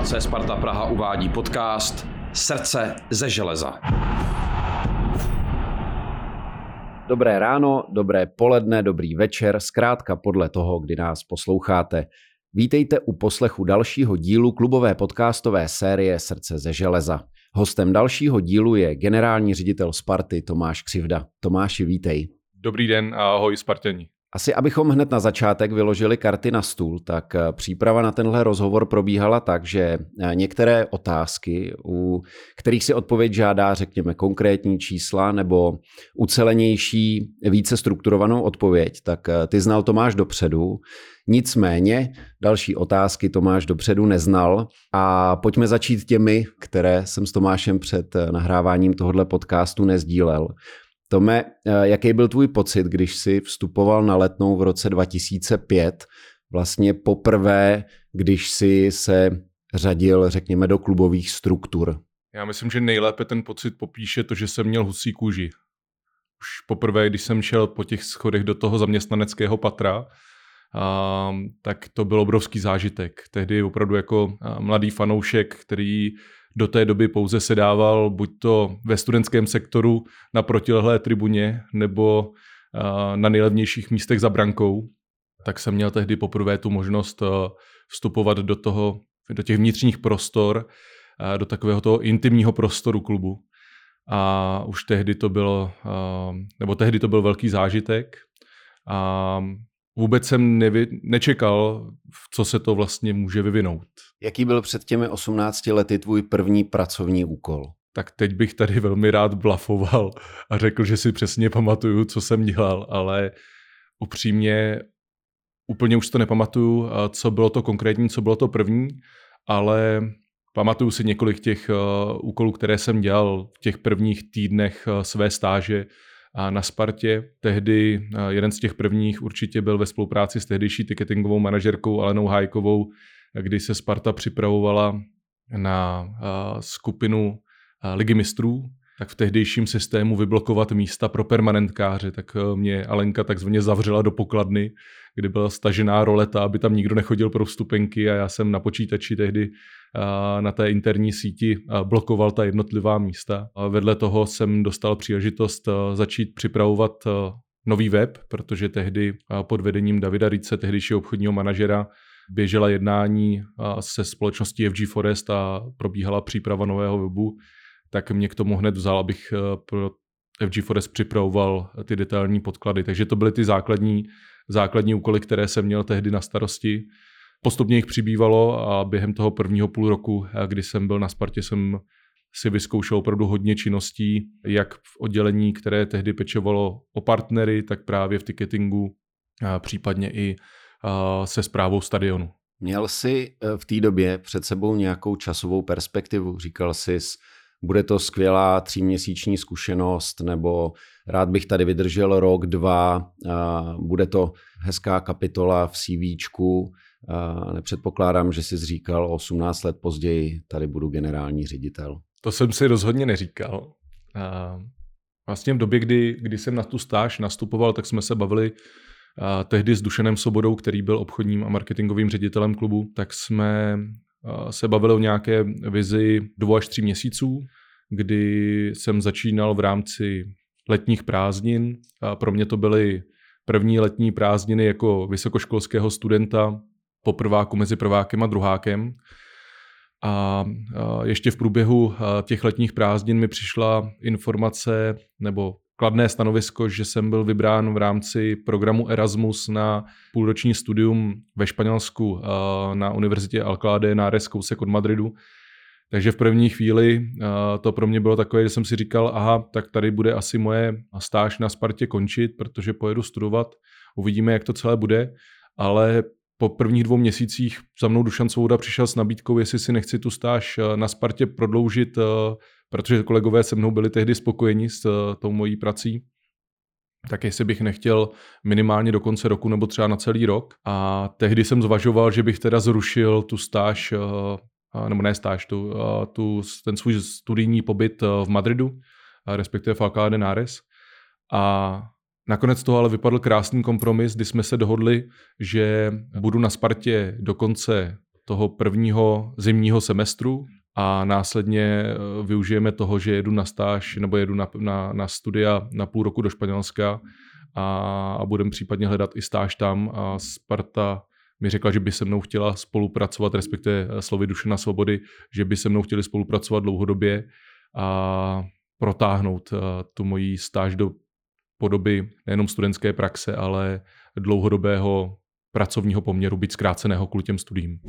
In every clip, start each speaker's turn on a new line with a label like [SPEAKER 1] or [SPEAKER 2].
[SPEAKER 1] AC Sparta Praha uvádí podcast Srdce ze železa.
[SPEAKER 2] Dobré ráno, dobré poledne, dobrý večer, zkrátka podle toho, kdy nás posloucháte. Vítejte u poslechu dalšího dílu klubové podcastové série Srdce ze železa. Hostem dalšího dílu je generální ředitel Sparty Tomáš Křivda. Tomáši, vítej.
[SPEAKER 3] Dobrý den a ahoj Spartěni.
[SPEAKER 2] Asi abychom hned na začátek vyložili karty na stůl, tak příprava na tenhle rozhovor probíhala tak, že některé otázky, u kterých si odpověď žádá, řekněme, konkrétní čísla nebo ucelenější, více strukturovanou odpověď, tak ty znal Tomáš dopředu. Nicméně další otázky Tomáš dopředu neznal a pojďme začít těmi, které jsem s Tomášem před nahráváním tohoto podcastu nezdílel. Tome, jaký byl tvůj pocit, když jsi vstupoval na Letnou v roce 2005, vlastně poprvé, když jsi se řadil, řekněme, do klubových struktur?
[SPEAKER 3] Já myslím, že nejlépe ten pocit popíše to, že jsem měl husí kůži. Už poprvé, když jsem šel po těch schodech do toho zaměstnaneckého patra, tak to byl obrovský zážitek. Tehdy opravdu jako mladý fanoušek, který do té doby pouze sedával buď to ve studentském sektoru na protilehlé tribuně nebo na nejlevnějších místech za brankou, tak jsem měl tehdy poprvé tu možnost vstupovat do těch vnitřních prostor, do takového toho intimního prostoru klubu. A už tehdy to byl velký zážitek. A vůbec jsem nečekal, v co se to vlastně může vyvinout.
[SPEAKER 2] Jaký byl před těmi 18 lety tvůj první pracovní úkol?
[SPEAKER 3] Tak teď bych tady velmi rád blafoval a řekl, že si přesně pamatuju, co jsem dělal, ale upřímně úplně už to nepamatuju, co bylo to konkrétní, co bylo to první, ale pamatuju si několik těch úkolů, které jsem dělal v těch prvních týdnech své stáže na Spartě. Tehdy jeden z těch prvních určitě byl ve spolupráci s tehdejší ticketingovou manažerkou Alenou Hájkovou, kdy se Sparta připravovala na skupinu Ligy mistrů, tak v tehdejším systému vyblokovat místa pro permanentkáře, tak mě Alenka takzvaně zavřela do pokladny, kdy byla stažená roleta, aby tam nikdo nechodil pro vstupenky a já jsem na počítači tehdy na té interní síti blokoval ta jednotlivá místa. A vedle toho jsem dostal příležitost začít připravovat nový web, protože tehdy pod vedením Davida Rice, tehdejšího obchodního manažera, běžela jednání se společností FG Forest a probíhala příprava nového webu, tak mě k tomu hned vzal, abych pro FG Forest připravoval ty detailní podklady. Takže to byly ty základní úkoly, které jsem měl tehdy na starosti. Postupně jich přibývalo a během toho prvního půl roku, kdy jsem byl na Spartě, jsem si vyzkoušel opravdu hodně činností, jak v oddělení, které tehdy pečovalo o partnery, tak právě v ticketingu, případně i se správou stadionu.
[SPEAKER 2] Měl jsi v té době před sebou nějakou časovou perspektivu? Říkal jsi, bude to skvělá 3měsíční zkušenost, nebo rád bych tady vydržel rok, 2, bude to hezká kapitola v CVčku. Nepředpokládám, že jsi říkal 18 let později, tady budu generální ředitel.
[SPEAKER 3] To jsem si rozhodně neříkal. Vlastně v době, kdy jsem na tu stáž nastupoval, tak jsme se bavili tehdy s Dušanem Sobodou, který byl obchodním a marketingovým ředitelem klubu, tak jsme se bavili o nějaké vizi 2 až 3 měsíců, kdy jsem začínal v rámci letních prázdnin. Pro mě to byly první letní prázdniny jako vysokoškolského studenta po prváku mezi prvákem a druhákem. A ještě v průběhu těch letních prázdnin mi přišla informace nebo kladné stanovisko, že jsem byl vybrán v rámci programu Erasmus na půlroční studium ve Španělsku na univerzitě Alcalá de Henares, kousek od Madridu. Takže v první chvíli to pro mě bylo takové, že jsem si říkal, aha, tak tady bude asi moje stáž na Spartě končit, protože pojedu studovat, uvidíme, jak to celé bude, ale po prvních 2 měsících za mnou Dušan Svoboda přišel s nabídkou, jestli si nechci tu stáž na Spartě prodloužit, protože kolegové se mnou byli tehdy spokojeni s tou mojí prací, tak jestli bych nechtěl minimálně do konce roku nebo třeba na celý rok. A tehdy jsem zvažoval, že bych teda zrušil tu stáž, nebo ne stáž, ten svůj studijní pobyt v Madridu, respektive v Alcalá de Henares. A nakonec toho ale vypadl krásný kompromis, kdy jsme se dohodli, že budu na Spartě do konce toho prvního zimního semestru a následně využijeme toho, že jedu na stáž nebo jedu na studia na půl roku do Španělska a budeme případně hledat i stáž tam a Sparta mi řekla, že by se mnou chtěla spolupracovat, respektive slovy Dušana Svobody, že by se mnou chtěli spolupracovat dlouhodobě a protáhnout tu moji stáž do podoby nejenom studentské praxe, ale dlouhodobého pracovního poměru, byť zkráceného kvůli těm studiím.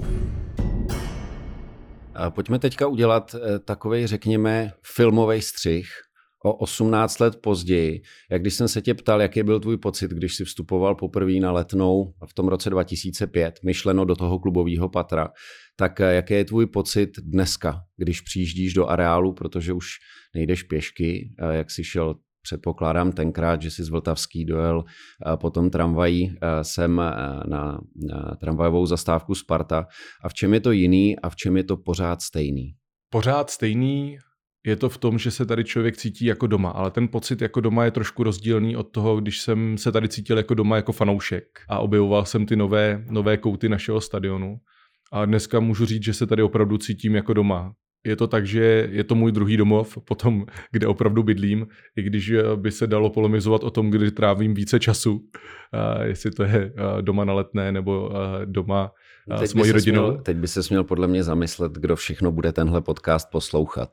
[SPEAKER 2] Pojďme teďka udělat takovej, řekněme, filmový střih o 18 let později. Jak když jsem se tě ptal, jaký byl tvůj pocit, když jsi vstupoval poprvé na Letnou v tom roce 2005, myšleno do toho klubového patra, tak jaký je tvůj pocit dneska, když přijíždíš do areálu, protože už nejdeš pěšky, jak jsi šel, předpokládám tenkrát, že jsi z Vltavský dojel potom tramvají sem na tramvajovou zastávku Sparta. A v čem je to jiný a v čem je to pořád stejný?
[SPEAKER 3] Pořád stejný je to v tom, že se tady člověk cítí jako doma, ale ten pocit jako doma je trošku rozdílný od toho, když jsem se tady cítil jako doma jako fanoušek a objevoval jsem ty nové kouty našeho stadionu. A dneska můžu říct, že se tady opravdu cítím jako doma. Je to tak, že je to můj druhý domov, potom, kde opravdu bydlím, i když by se dalo polemizovat o tom, kdy trávím více času, jestli to je doma na Letné nebo doma s mojí rodinou.
[SPEAKER 2] Teď by se směl podle mě zamyslet, kdo všechno bude tenhle podcast poslouchat.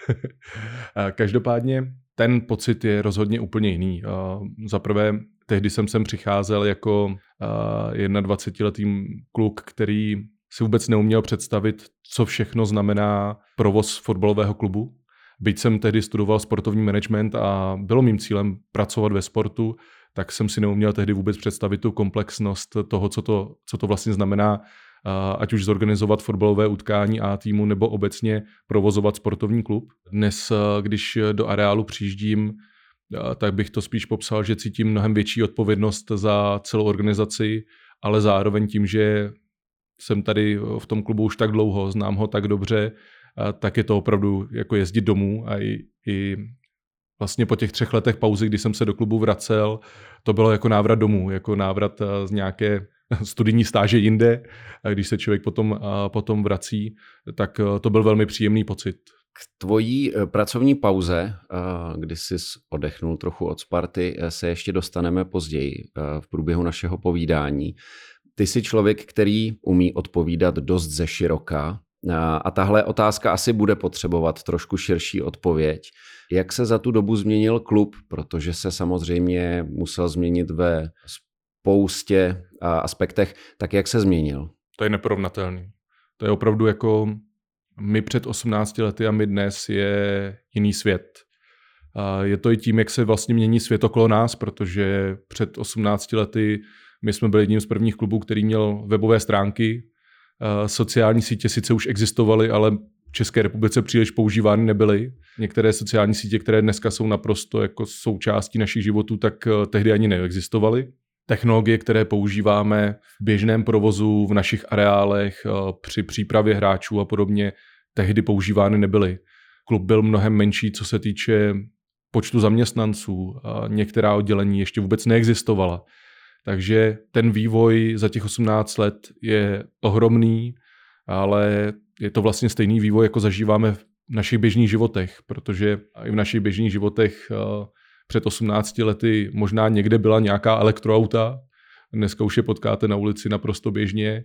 [SPEAKER 3] Každopádně ten pocit je rozhodně úplně jiný. Za prvé, tehdy jsem sem přicházel jako 21letý kluk, který si vůbec neuměl představit, co všechno znamená provoz fotbalového klubu. Byť jsem tehdy studoval sportovní management a bylo mým cílem pracovat ve sportu, tak jsem si neuměl tehdy vůbec představit tu komplexnost toho, co to vlastně znamená, ať už zorganizovat fotbalové utkání A týmu nebo obecně provozovat sportovní klub. Dnes, když do areálu přijíždím, tak bych to spíš popsal, že cítím mnohem větší odpovědnost za celou organizaci, ale zároveň tím, že jsem tady v tom klubu už tak dlouho, znám ho tak dobře, tak je to opravdu jako jezdit domů a i vlastně po těch 3 letech pauzy, kdy jsem se do klubu vracel, to bylo jako návrat domů, jako návrat z nějaké studijní stáže jinde. A když se člověk potom vrací, tak to byl velmi příjemný pocit.
[SPEAKER 2] K tvojí pracovní pauze, kdy jsi odechnul trochu od Sparty, se ještě dostaneme později v průběhu našeho povídání. Ty jsi člověk, který umí odpovídat dost zeširoka a tahle otázka asi bude potřebovat trošku širší odpověď. Jak se za tu dobu změnil klub, protože se samozřejmě musel změnit ve spoustě aspektech, tak jak se změnil?
[SPEAKER 3] To je neporovnatelný. To je opravdu jako my před 18 lety a my dnes je jiný svět. A je to i tím, jak se vlastně mění svět okolo nás, protože před 18 lety my jsme byli jedním z prvních klubů, který měl webové stránky. Sociální sítě sice už existovaly, ale v České republice příliš používány nebyly. Některé sociální sítě, které dneska jsou naprosto jako součástí našich životů, tak tehdy ani neexistovaly. Technologie, které používáme v běžném provozu, v našich areálech, při přípravě hráčů a podobně, tehdy používány nebyly. Klub byl mnohem menší, co se týče počtu zaměstnanců. Některá oddělení ještě vůbec neexistovala. Takže ten vývoj za těch 18 let je ohromný, ale je to vlastně stejný vývoj, jako zažíváme v našich běžných životech, protože i v našich běžných životech před 18 lety možná někde byla nějaká elektroauta, dneska už je potkáte na ulici naprosto běžně.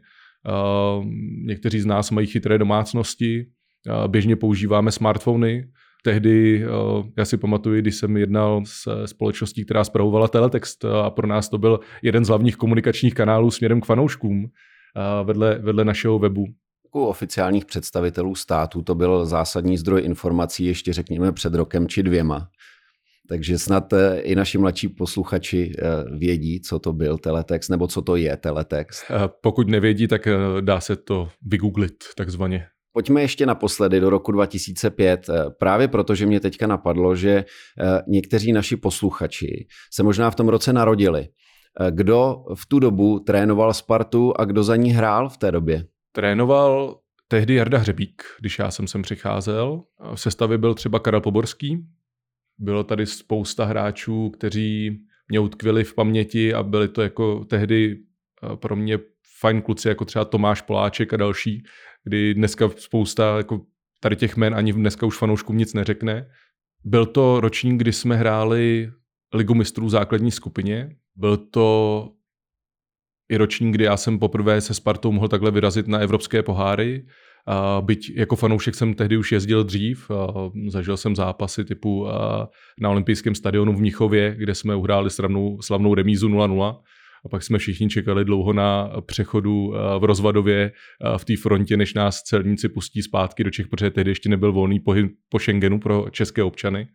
[SPEAKER 3] Někteří z nás mají chytré domácnosti, běžně používáme smartfony. Tehdy, já si pamatuju, když jsem jednal s společností, která spravovala teletext a pro nás to byl jeden z hlavních komunikačních kanálů směrem k fanouškům vedle našeho webu.
[SPEAKER 2] U oficiálních představitelů státu to byl zásadní zdroj informací ještě řekněme před rokem či 2. Takže snad i naši mladší posluchači vědí, co to byl teletext, nebo co to je teletext.
[SPEAKER 3] Pokud nevědí, tak dá se to vygooglit takzvaně.
[SPEAKER 2] Pojďme ještě naposledy do roku 2005, právě protože mě teďka napadlo, že někteří naši posluchači se možná v tom roce narodili. Kdo v tu dobu trénoval Spartu a kdo za ní hrál v té době?
[SPEAKER 3] Trénoval tehdy Jarda Hřebík, když já jsem sem přicházel. V sestavě byl třeba Karel Poborský. Bylo tady spousta hráčů, kteří mě utkvěli v paměti a byli to jako tehdy pro mě fajn kluci, jako třeba Tomáš Poláček a další, kdy dneska spousta jako tady těch jmen ani dneska už fanouškům nic neřekne. Byl to ročník, kdy jsme hráli Ligu mistrů v základní skupině. Byl to i ročník, kdy já jsem poprvé se Spartou mohl takhle vyrazit na evropské poháry. Byť jako fanoušek jsem tehdy už jezdil dřív, zažil jsem zápasy typu na olympijském stadionu v Mnichově, kde jsme uhráli slavnou remízu 0-0. A pak jsme všichni čekali dlouho na přechodu v Rozvadově v té frontě, než nás celníci pustí zpátky do Čech, protože tehdy ještě nebyl volný pohyb po Schengenu pro české občany.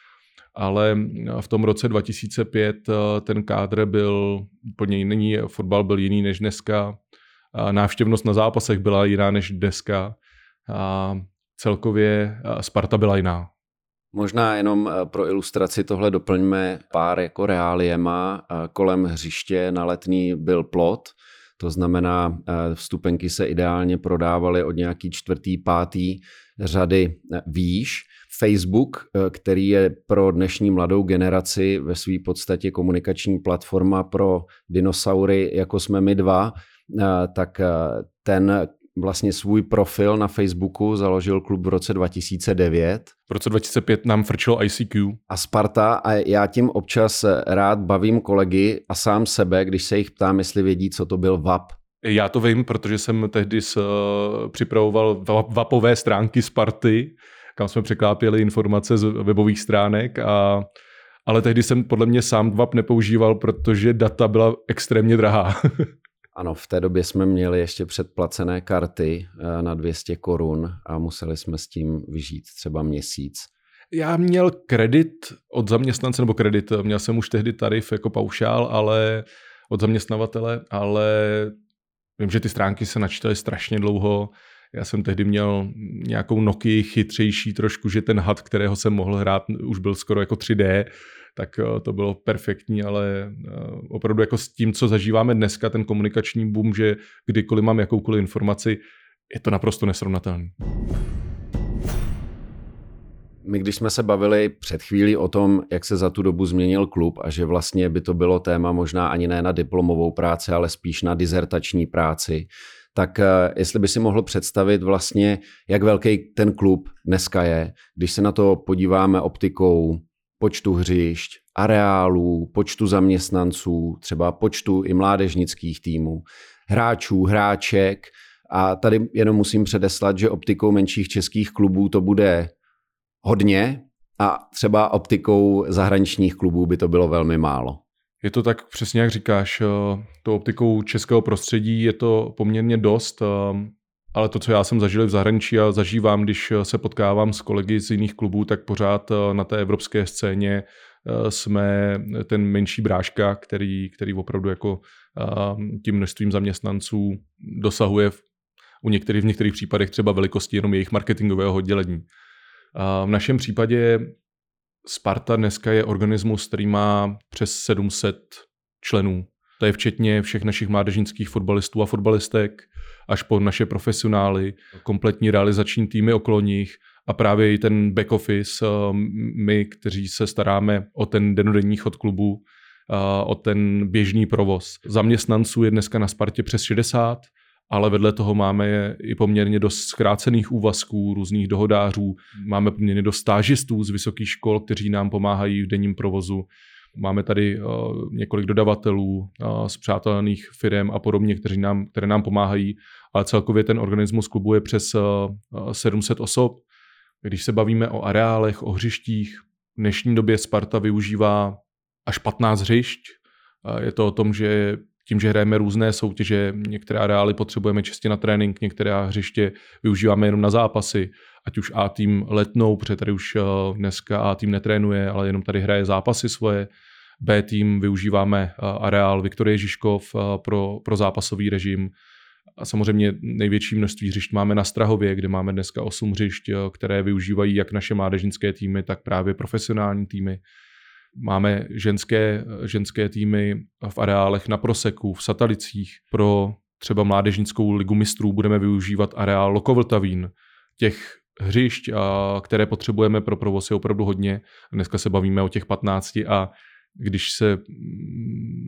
[SPEAKER 3] Ale v tom roce 2005 ten kádr byl úplně jiný, fotbal byl jiný než dneska, návštěvnost na zápasech byla jiná než dneska a celkově Sparta byla jiná.
[SPEAKER 2] Možná jenom pro ilustraci tohle doplňme pár jako reáliema. Kolem hřiště na Letný byl plot, to znamená vstupenky se ideálně prodávaly od nějaký 4., 5. řady výš. Facebook, který je pro dnešní mladou generaci ve své podstatě komunikační platforma pro dinosaury, jako jsme my dva, tak ten vlastně svůj profil na Facebooku založil klub v roce 2009.
[SPEAKER 3] V roce 2005 nám frčilo ICQ.
[SPEAKER 2] A Sparta, a já tím občas rád bavím kolegy a sám sebe, když se jich ptám, jestli vědí, co to byl VAP.
[SPEAKER 3] Já to vím, protože jsem tehdy připravoval VAPové stránky Sparty, kam jsme překlápěli informace z webových stránek, ale tehdy jsem podle mě sám VAP nepoužíval, protože data byla extrémně drahá.
[SPEAKER 2] Ano, v té době jsme měli ještě předplacené karty na 200 korun a museli jsme s tím vyžít třeba měsíc.
[SPEAKER 3] Já měl kredit od zaměstnance, nebo měl jsem už tehdy tarif jako paušál, ale od zaměstnavatele, ale vím, že ty stránky se načítaly strašně dlouho. Já jsem tehdy měl nějakou Nokii chytřejší trošku, že ten had, kterého jsem mohl hrát, už byl skoro jako 3D, tak to bylo perfektní, ale opravdu jako s tím, co zažíváme dneska, ten komunikační boom, že kdykoliv mám jakoukoliv informaci, je to naprosto nesrovnatelné.
[SPEAKER 2] My když jsme se bavili před chvílí o tom, jak se za tu dobu změnil klub a že vlastně by to bylo téma možná ani ne na diplomovou práci, ale spíš na dizertační práci, tak jestli by si mohl představit vlastně, jak velký ten klub dneska je, když se na to podíváme optikou počtu hřišť, areálů, počtu zaměstnanců, třeba počtu i mládežnických týmů, hráčů, hráček. A tady jenom musím předeslat, že optikou menších českých klubů to bude hodně a třeba optikou zahraničních klubů by to bylo velmi málo.
[SPEAKER 3] Je to tak přesně, jak říkáš, tou optikou českého prostředí je to poměrně dost, ale to, co já jsem zažil v zahraničí a zažívám, když se potkávám s kolegy z jiných klubů, tak pořád na té evropské scéně jsme ten menší bráška, který opravdu jako tím množstvím zaměstnanců dosahuje v některých případech třeba velikosti jenom jejich marketingového oddělení. V našem případě Sparta dneska je organismus, který má přes 700 členů. To je včetně všech našich mládežnických fotbalistů a fotbalistek, až po naše profesionály, kompletní realizační týmy okolo nich a právě i ten back office, my, kteří se staráme o ten dennodenní chod klubu, o ten běžný provoz. Zaměstnanců je dneska na Spartě přes 60, ale vedle toho máme i poměrně dost zkrácených úvazků, různých dohodářů, máme poměrně dost stážistů z vysokých škol, kteří nám pomáhají v denním provozu. Máme tady několik dodavatelů, spřátelených firem a podobně, které nám pomáhají, ale celkově ten organismus klubu je přes 700 osob. Když se bavíme o areálech, o hřištích, v dnešní době Sparta využívá až 15 hřišť. Je to o tom, že tím, že hrajeme různé soutěže, některé areály potřebujeme čistě na trénink, některé hřiště využíváme jenom na zápasy, ať už A tým letnou, protože tady už dneska A tým netrénuje, ale jenom tady hraje zápasy svoje. B tým využíváme areál Viktorie Žižkov pro zápasový režim. A samozřejmě největší množství hřišť máme na Strahově, kde máme dneska 8 hřišť, které využívají jak naše mládežnické týmy, tak právě profesionální týmy. Máme ženské týmy v areálech na Proseku, v Satalicích. Pro třeba mládežnickou ligu mistrů budeme využívat areál Lokovltavín. Těch hřišť, které potřebujeme pro provoz, je opravdu hodně. Dneska se bavíme o těch 15 a když se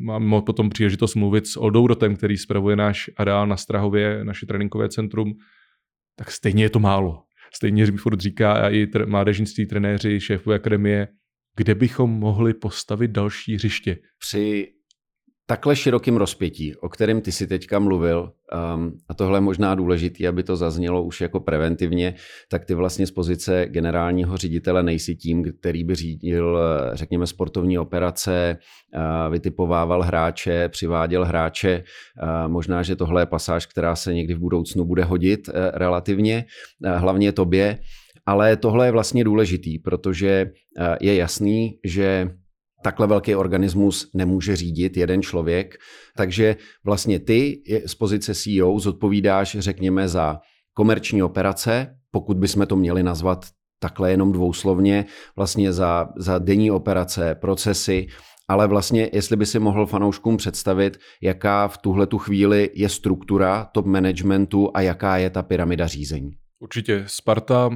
[SPEAKER 3] mám potom příležitost mluvit s Oldou Rotem, který spravuje náš areál na Strahově, naše tréninkové centrum, tak stejně je to málo. Stejně furt říká a i mládežnictví, trenéři, šéfové akademie, kde bychom mohli postavit další hřiště.
[SPEAKER 2] Při takhle širokým rozpětí, o kterém ty si teďka mluvil, a tohle je možná důležitý, aby to zaznělo už jako preventivně, tak ty vlastně z pozice generálního ředitele nejsi tím, který by řídil, řekněme, sportovní operace, vytipovával hráče, přiváděl hráče. Možná, že tohle je pasáž, která se někdy v budoucnu bude hodit relativně, hlavně tobě, ale tohle je vlastně důležitý, protože je jasný, že takhle velký organismus nemůže řídit jeden člověk, takže vlastně ty z pozice CEO zodpovídáš, řekněme, za komerční operace, pokud bychom to měli nazvat takhle jenom dvouslovně, vlastně za denní operace, procesy, ale vlastně jestli by si mohl fanouškům představit, jaká v tuhletu chvíli je struktura top managementu a jaká je ta pyramida řízení.
[SPEAKER 3] Určitě. Sparta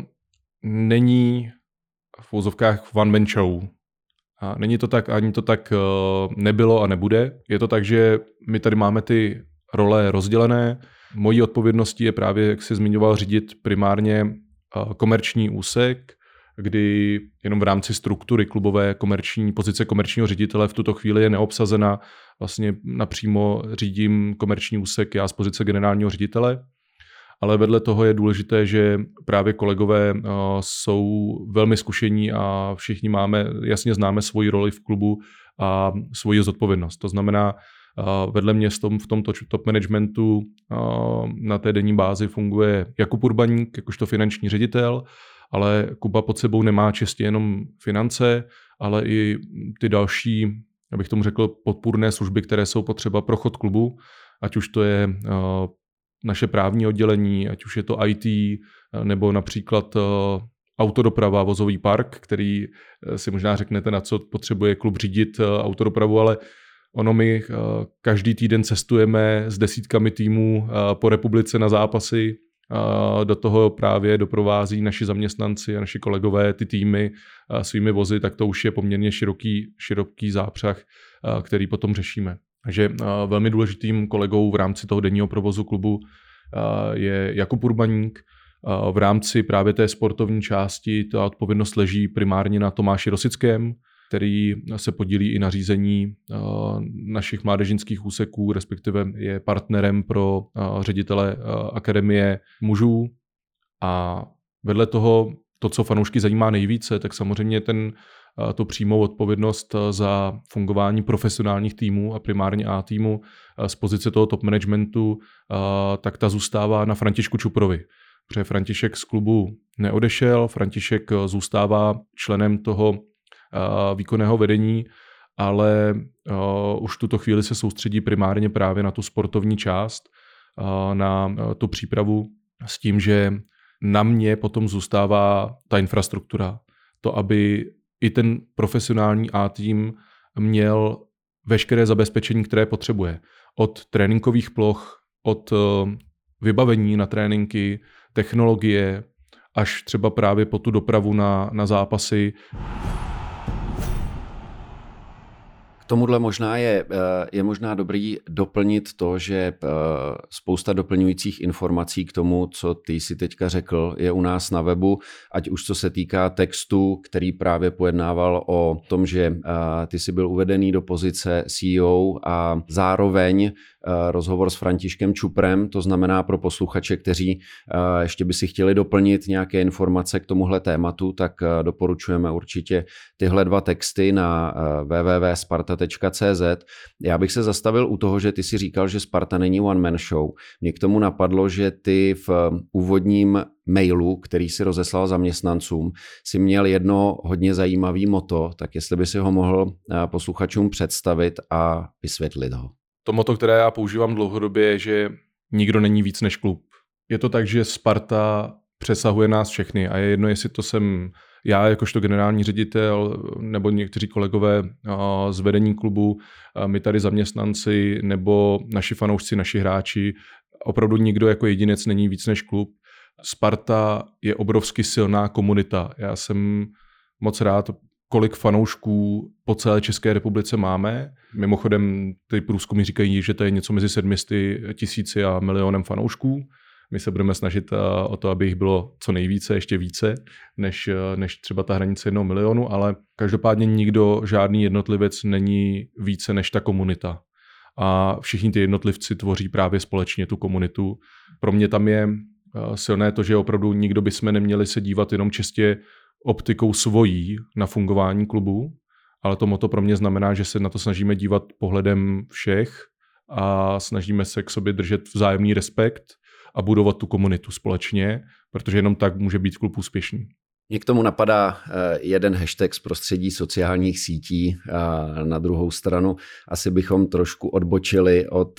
[SPEAKER 3] není v úzovkách one man show. A není to tak, ani to tak nebylo a nebude. Je to tak, že my tady máme ty role rozdělené. Mojí odpovědností je právě, jak jsi zmiňoval, řídit primárně komerční úsek, kdy jenom v rámci struktury klubové pozice komerčního ředitele v tuto chvíli je neobsazena. Vlastně napřímo řídím komerční úsek já z pozice generálního ředitele. Ale vedle toho je důležité, že právě kolegové jsou velmi zkušení a všichni jasně známe svoji roli v klubu a svoji zodpovědnost. To znamená, vedle mě v tomto top managementu na té denní bázi funguje Jakub Urbaník, jakožto finanční ředitel, ale Kuba pod sebou nemá čistě jenom finance, ale i ty další, abych tomu řekl, podpůrné služby, které jsou potřeba pro chod klubu, ať už to je naše právní oddělení, ať už je to IT, nebo například autodoprava, vozový park, který si možná řeknete, na co potřebuje klub řídit autodopravu, ale my každý týden cestujeme s desítkami týmů po republice na zápasy, do toho právě doprovází naši zaměstnanci a naši kolegové ty týmy svými vozy, tak to už je poměrně široký zápřah, který potom řešíme. Takže velmi důležitým kolegou v rámci toho denního provozu klubu je Jakub Urbaník. V rámci právě té sportovní části ta odpovědnost leží primárně na Tomáši Rosickém, který se podílí i na řízení našich mládežnických úseků, respektive je partnerem pro ředitele akademie mužů. A vedle toho, to, co fanoušky zajímá nejvíce, tak samozřejmě tu přímou odpovědnost za fungování profesionálních týmů a primárně A týmu z pozice toho top managementu, tak ta zůstává na Františku Čuprovi. Protože František z klubu neodešel, František zůstává členem toho výkonného vedení, ale už v tuto chvíli se soustředí primárně právě na tu sportovní část, na tu přípravu s tím, že na mě potom zůstává ta infrastruktura. To, aby i ten profesionální A-tým měl veškeré zabezpečení, které potřebuje. Od tréninkových ploch, od vybavení na tréninky, technologie, až třeba právě po tu dopravu na zápasy.
[SPEAKER 2] K tomuhle možná je možná dobrý doplnit to, že spousta doplňujících informací k tomu, co ty si teďka řekl, je u nás na webu, ať už co se týká textu, který právě pojednával o tom, že ty jsi byl uvedený do pozice CEO a zároveň rozhovor s Františkem Čuprem, to znamená pro posluchače, kteří ještě by si chtěli doplnit nějaké informace k tomuhle tématu, tak doporučujeme určitě tyhle dva texty na www.sparta.cz. Já bych se zastavil u toho, že ty si říkal, že Sparta není one man show. Mě k tomu napadlo, že ty v úvodním mailu, který si rozeslal zaměstnancům, si měl jedno hodně zajímavý motto, tak jestli by si ho mohl posluchačům představit a vysvětlit ho.
[SPEAKER 3] To motto, které já používám dlouhodobě, je, že nikdo není víc než klub. Je to tak, že Sparta přesahuje nás všechny a je jedno, jestli to jsem já jakožto generální ředitel nebo někteří kolegové z vedení klubu, my tady zaměstnanci nebo naši fanoušci, naši hráči. Opravdu nikdo jako jedinec není víc než klub. Sparta je obrovsky silná komunita. Já jsem moc rád, kolik fanoušků po celé České republice máme. Mimochodem ty průzkumy říkají, že to je něco mezi 700 000 a milionem fanoušků. My se budeme snažit o to, aby jich bylo co nejvíce, ještě více, než třeba ta hranice 1 milionu, ale každopádně nikdo, žádný jednotlivec není více než ta komunita. A všichni ty jednotlivci tvoří právě společně tu komunitu. Pro mě tam je silné to, že opravdu nikdo bychom neměli se dívat jenom čistě optikou svojí na fungování klubu, ale to motto pro mě znamená, že se na to snažíme dívat pohledem všech a snažíme se k sobě držet vzájemný respekt a budovat tu komunitu společně, protože jenom tak může být klub úspěšný.
[SPEAKER 2] Mně k tomu napadá jeden hashtag z prostředí sociálních sítí a na druhou stranu asi bychom trošku odbočili od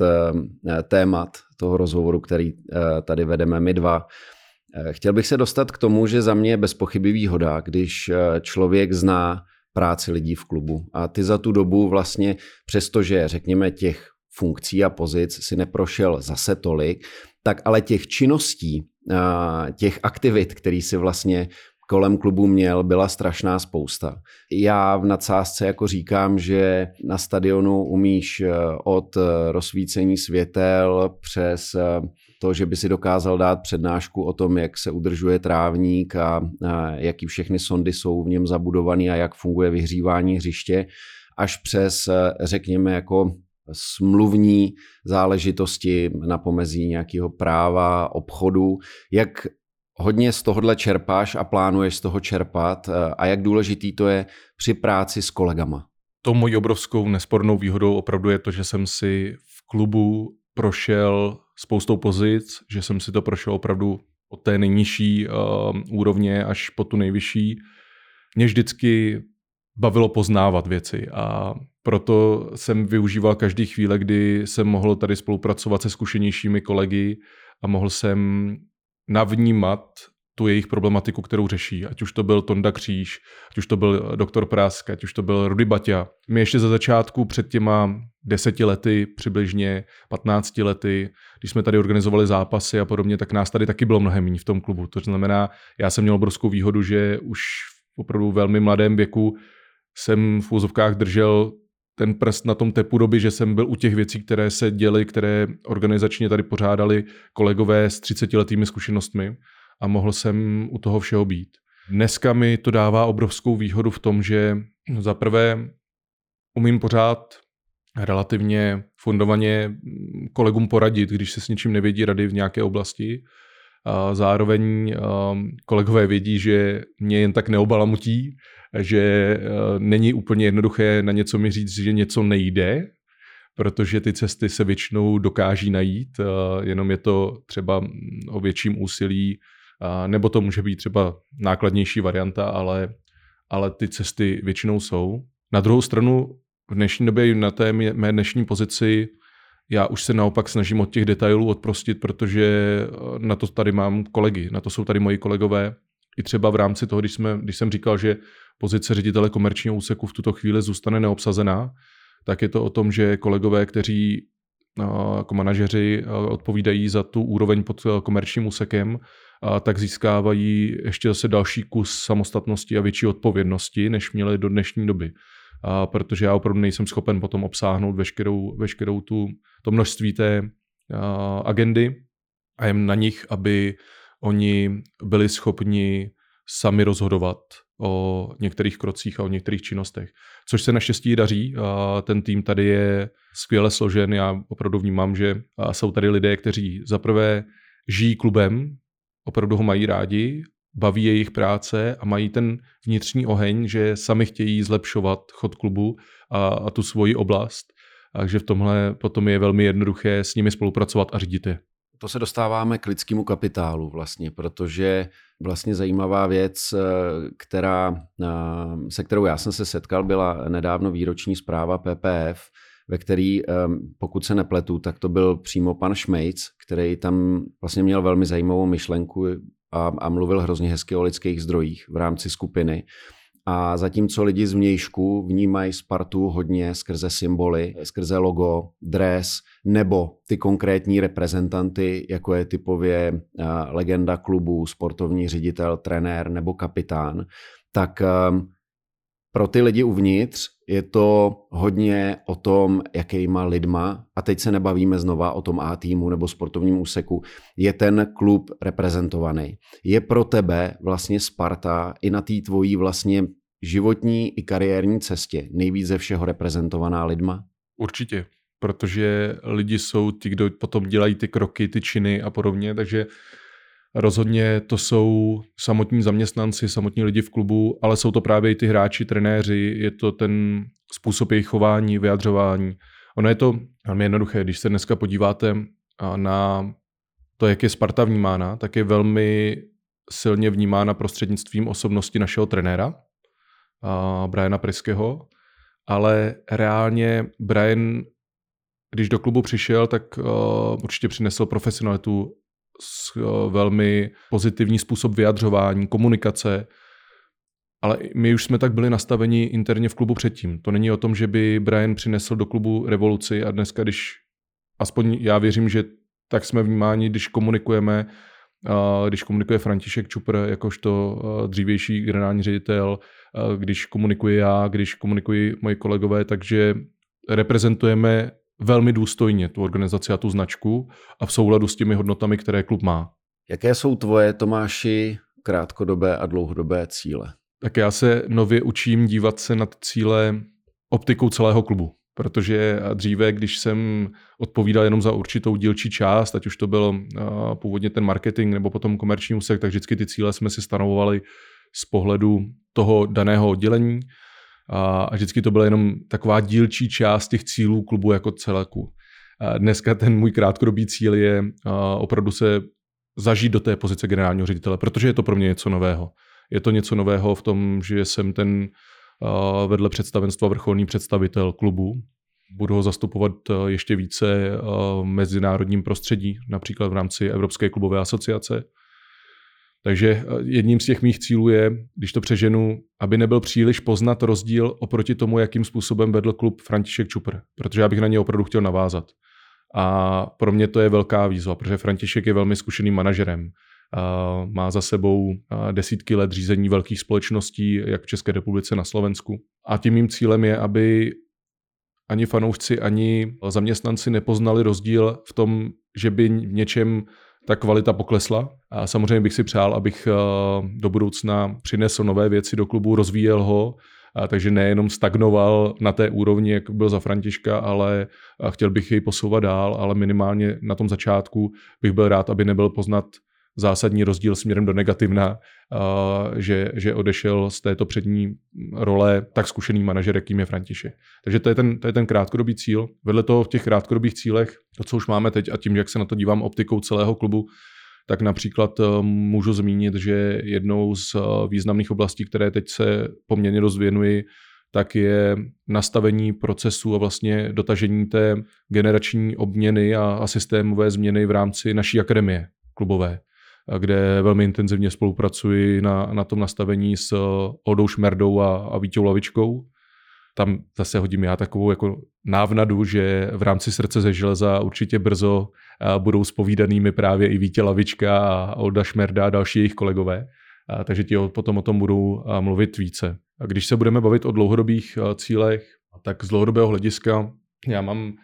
[SPEAKER 2] témat toho rozhovoru, který tady vedeme my dva. Chtěl bych se dostat k tomu, že za mě je bez pochyby výhoda, když člověk zná práci lidí v klubu. A ty za tu dobu vlastně, přestože řekněme těch funkcí a pozic si neprošel zase tolik, tak ale těch činností, těch aktivit, který si vlastně kolem klubu měl, byla strašná spousta. Já v nadsázce jako říkám, že na stadionu umíš od rozsvícení světel přes to, že by si dokázal dát přednášku o tom, jak se udržuje trávník a jaký všechny sondy jsou v něm zabudovaný a jak funguje vyhřívání hřiště, až přes, řekněme, jako smluvní záležitosti na pomezí nějakého práva, obchodu, jak hodně z tohohle čerpáš a plánuješ z toho čerpat a jak důležitý to je při práci s kolegama?
[SPEAKER 3] To mojí obrovskou nespornou výhodou opravdu je to, že jsem si v klubu prošel spoustou pozic, že jsem si to prošel opravdu od té nejnižší úrovně až po tu nejvyšší. Mě vždycky bavilo poznávat věci a proto jsem využíval každý chvíle, kdy jsem mohl tady spolupracovat se zkušenějšími kolegy a mohl jsem navnímat tu jejich problematiku, kterou řeší. Ať už to byl Tonda Kříž, ať už to byl doktor Prask, ať už to byl Rudy Baťa. My ještě za začátku před těma 10 lety, přibližně 15 lety, když jsme tady organizovali zápasy a podobně, tak nás tady taky bylo mnohem méně v tom klubu. To znamená, já jsem měl obrovskou výhodu, že už v opravdu velmi mladém věku jsem v úzovkách držel ten prst na tom tepu doby, že jsem byl u těch věcí, které se děly, které organizačně tady pořádali kolegové s 30letými zkušenostmi a mohl jsem u toho všeho být. Dneska mi to dává obrovskou výhodu v tom, že za prvé umím pořád relativně fundovaně kolegům poradit, když se s něčím nevědí rady v nějaké oblasti. A zároveň kolegové vědí, že mě jen tak neobalamutí, že není úplně jednoduché na něco mi říct, že něco nejde, protože ty cesty se většinou dokáží najít, jenom je to třeba o větším úsilí, nebo to může být třeba nákladnější varianta, ale ty cesty většinou jsou. Na druhou stranu v dnešní době na té mé dnešní pozici já už se naopak snažím od těch detailů odprostit, protože na to tady mám kolegy, na to jsou tady moji kolegové. I třeba v rámci toho, když jsem říkal, že pozice ředitele komerčního úseku v tuto chvíli zůstane neobsazená, tak je to o tom, že kolegové, kteří jako manažeři odpovídají za tu úroveň pod komerčním úsekem, tak získávají ještě zase další kus samostatnosti a větší odpovědnosti, než měli do dnešní doby. Protože já opravdu nejsem schopen potom obsáhnout veškerou to množství té agendy a jen na nich, aby oni byli schopni sami rozhodovat o některých krocích a o některých činnostech. Což se naštěstí daří. Ten tým tady je skvěle složen. Já opravdu vnímám, že jsou tady lidé, kteří zaprvé žijí klubem, opravdu ho mají rádi, baví jejich práce a mají ten vnitřní oheň, že sami chtějí zlepšovat chod klubu a tu svoji oblast. Takže v tomhle potom je velmi jednoduché s nimi spolupracovat a řídit je.
[SPEAKER 2] To se dostáváme k lidskému kapitálu vlastně, protože vlastně zajímavá věc, se kterou já jsem se setkal, byla nedávno výroční zpráva PPF, ve který, pokud se nepletu, tak to byl přímo pan Šmejc, který tam vlastně měl velmi zajímavou myšlenku a mluvil hrozně hezky o lidských zdrojích v rámci skupiny. A zatímco lidi z vnějšku vnímají Spartu hodně skrze symboly, skrze logo, dres nebo ty konkrétní reprezentanty, jako je typově legenda klubu, sportovní ředitel, trenér nebo kapitán, tak Pro ty lidi uvnitř je to hodně o tom, jakýma lidma, a teď se nebavíme znova o tom A týmu nebo sportovním úseku, je ten klub reprezentovaný. Je pro tebe vlastně Sparta i na té tvojí vlastně životní i kariérní cestě nejvíc ze všeho reprezentovaná lidma?
[SPEAKER 3] Určitě, protože lidi jsou ti, kdo potom dělají ty kroky, ty činy a podobně, takže rozhodně to jsou samotní zaměstnanci, samotní lidi v klubu, ale jsou to právě i ty hráči, trenéři, je to ten způsob jejich chování, vyjadřování. Ono je to velmi jednoduché, když se dneska podíváte na to, jak je Sparta vnímána, tak je velmi silně vnímána prostřednictvím osobnosti našeho trenéra, Briana Priského, ale reálně Brian, když do klubu přišel, tak určitě přinesl profesionalitu, velmi pozitivní způsob vyjadřování, komunikace, ale my už jsme tak byli nastaveni interně v klubu předtím. To není o tom, že by Brian přinesl do klubu revoluci a dneska, když aspoň já věřím, že tak jsme vnímáni, když komunikujeme, když komunikuje František Čupr jakožto dřívější generální ředitel, když komunikuji já, když komunikují moji kolegové, takže reprezentujeme velmi důstojně tu organizaci a tu značku a v souladu s těmi hodnotami, které klub má.
[SPEAKER 2] Jaké jsou tvoje, Tomáši, krátkodobé a dlouhodobé cíle?
[SPEAKER 3] Tak já se nově učím dívat se na ty cíle optikou celého klubu, protože dříve, když jsem odpovídal jenom za určitou dílčí část, ať už to byl původně ten marketing nebo potom komerční úsek, tak vždycky ty cíle jsme si stanovovali z pohledu toho daného oddělení a vždycky to byla jenom taková dílčí část těch cílů klubu jako celku. Dneska ten můj krátkodobý cíl je opravdu se zažít do té pozice generálního ředitele, protože je to pro mě něco nového. Je to něco nového v tom, že jsem ten vedle představenstva vrcholný představitel klubu. Budu ho zastupovat ještě více v mezinárodním prostředí, například v rámci Evropské klubové asociace. Takže jedním z těch mých cílů je, když to přeženu, aby nebyl příliš poznat rozdíl oproti tomu, jakým způsobem vedl klub František Čupr, protože já bych na něj opravdu chtěl navázat. A pro mě to je velká výzva, protože František je velmi zkušeným manažerem. Má za sebou desítky let řízení velkých společností, jak v České republice, na Slovensku. A tím mým cílem je, aby ani fanoušci, ani zaměstnanci nepoznali rozdíl v tom, že by v něčem ta kvalita poklesla. A samozřejmě bych si přál, abych do budoucna přinesl nové věci do klubu, rozvíjel ho, takže nejenom stagnoval na té úrovni, jak byl za Františka, ale chtěl bych jej posouvat dál, ale minimálně na tom začátku bych byl rád, aby nebyl poznat zásadní rozdíl směrem do negativna, že odešel z této přední role tak zkušený manažer, jakým je František. Takže to je ten krátkodobý cíl. Vedle toho v těch krátkodobých cílech, to, co už máme teď a tím, jak se na to dívám optikou celého klubu, tak například můžu zmínit, že jednou z významných oblastí, které teď se poměrně dost věnuji, tak je nastavení procesu a vlastně dotažení té generační obměny a systémové změny v rámci naší akademie klubové, kde velmi intenzivně spolupracuji na tom nastavení s Odou Šmerdou a Víťou Lavičkou. Tam zase hodím já takovou jako návnadu, že v rámci Srdce ze železa určitě brzo budou zpovídanými právě i Vítě Lavička a Olda Šmerda a další jejich kolegové. Takže ti potom o tom budou mluvit více. A když se budeme bavit o dlouhodobých cílech, tak z dlouhodobého hlediska já mám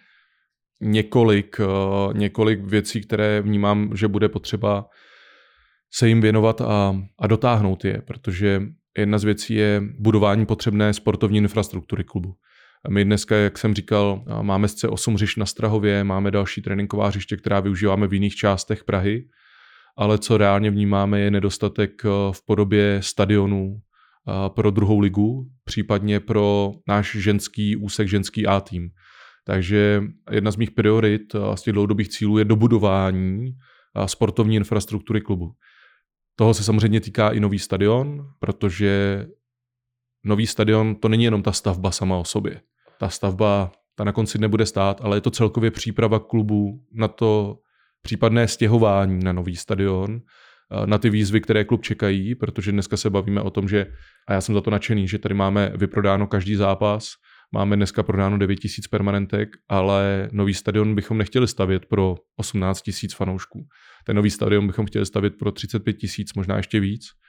[SPEAKER 3] několik věcí, které vnímám, že bude potřeba se jim věnovat a dotáhnout je, protože jedna z věcí je budování potřebné sportovní infrastruktury klubu. My dneska, jak jsem říkal, máme sice 8 hřišť na Strahově, máme další tréninková hřiště, která využíváme v jiných částech Prahy, ale co reálně vnímáme, je nedostatek v podobě stadionů pro druhou ligu, případně pro náš ženský úsek, ženský A tým. Takže jedna z mých priorit z těch dlouhodobých cílů je dobudování sportovní infrastruktury klubu. Toho se samozřejmě týká i nový stadion, protože nový stadion to není jenom ta stavba sama o sobě. Ta stavba, ta na konci nebude stát, ale je to celkově příprava klubu na to případné stěhování na nový stadion, na ty výzvy, které klub čekají, protože dneska se bavíme o tom, že, a já jsem za to nadšený, že tady máme vyprodáno každý zápas, máme dneska prodáno 9 000 permanentek, ale nový stadion bychom nechtěli stavět pro 18 000 fanoušků. Ten nový stadion bychom chtěli stavět pro 35 000, možná ještě víc.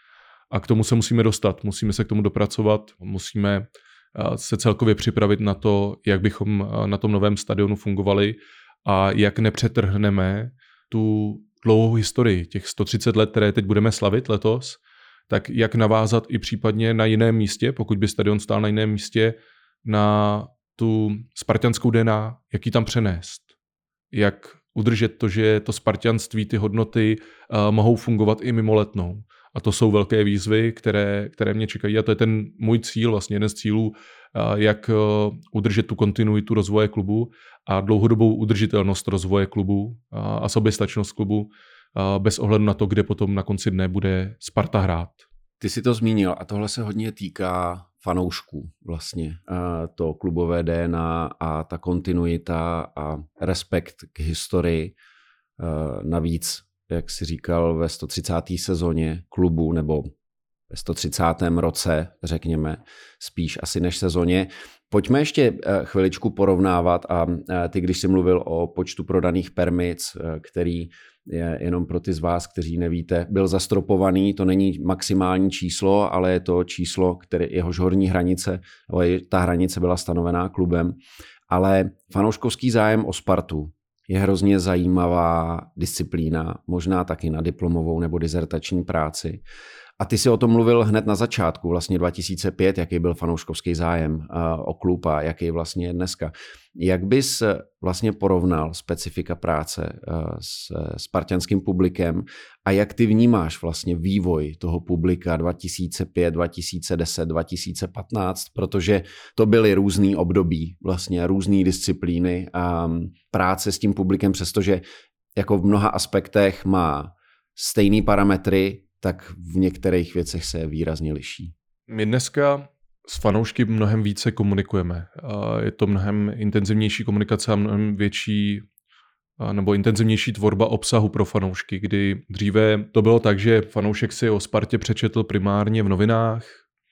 [SPEAKER 3] A k tomu se musíme dostat, musíme se k tomu dopracovat, musíme se celkově připravit na to, jak bychom na tom novém stadionu fungovali a jak nepřetrhneme tu dlouhou historii, těch 130 let, které teď budeme slavit letos, tak jak navázat i případně na jiném místě, pokud by stadion stál na jiném místě, na tu spartanskou DNA, jak ji tam přenést, jak udržet to, že to spartanství, ty hodnoty mohou fungovat i mimo Letnou. A to jsou velké výzvy, které mě čekají a to je ten můj cíl, vlastně jeden z cílů, jak udržet tu kontinuitu rozvoje klubu a dlouhodobou udržitelnost rozvoje klubu a soběstačnost klubu bez ohledu na to, kde potom na konci dne bude Sparta hrát.
[SPEAKER 2] Ty jsi to zmínil a tohle se hodně týká fanoušků vlastně. To klubové DNA a ta kontinuita a respekt k historii. Navíc, jak jsi říkal, ve 130. sezóně klubu nebo ve 130. roce, řekněme, spíš asi než sezóně. Pojďme ještě chviličku porovnávat a ty, když jsi mluvil o počtu prodaných permic, který je jenom pro ty z vás, kteří nevíte, byl zastropovaný, to není maximální číslo, ale je to číslo, které jehož horní hranice, ta hranice byla stanovená klubem, ale fanouškovský zájem o Spartu je hrozně zajímavá disciplína, možná taky na diplomovou nebo dizertační práci. A ty jsi o tom mluvil hned na začátku, vlastně 2005, jaký byl fanouškovský zájem o klub a jaký vlastně je dneska. Jak bys vlastně porovnal specifika práce s spartanským publikem a jak ty vnímáš vlastně vývoj toho publika 2005, 2010, 2015, protože to byly různý období, vlastně různý disciplíny a práce s tím publikem, přestože jako v mnoha aspektech má stejný parametry, tak v některých věcech se výrazně liší.
[SPEAKER 3] My dneska s fanoušky mnohem více komunikujeme. Je to mnohem intenzivnější komunikace a mnohem větší nebo intenzivnější tvorba obsahu pro fanoušky, kdy dříve to bylo tak, že fanoušek si o Spartě přečetl primárně v novinách,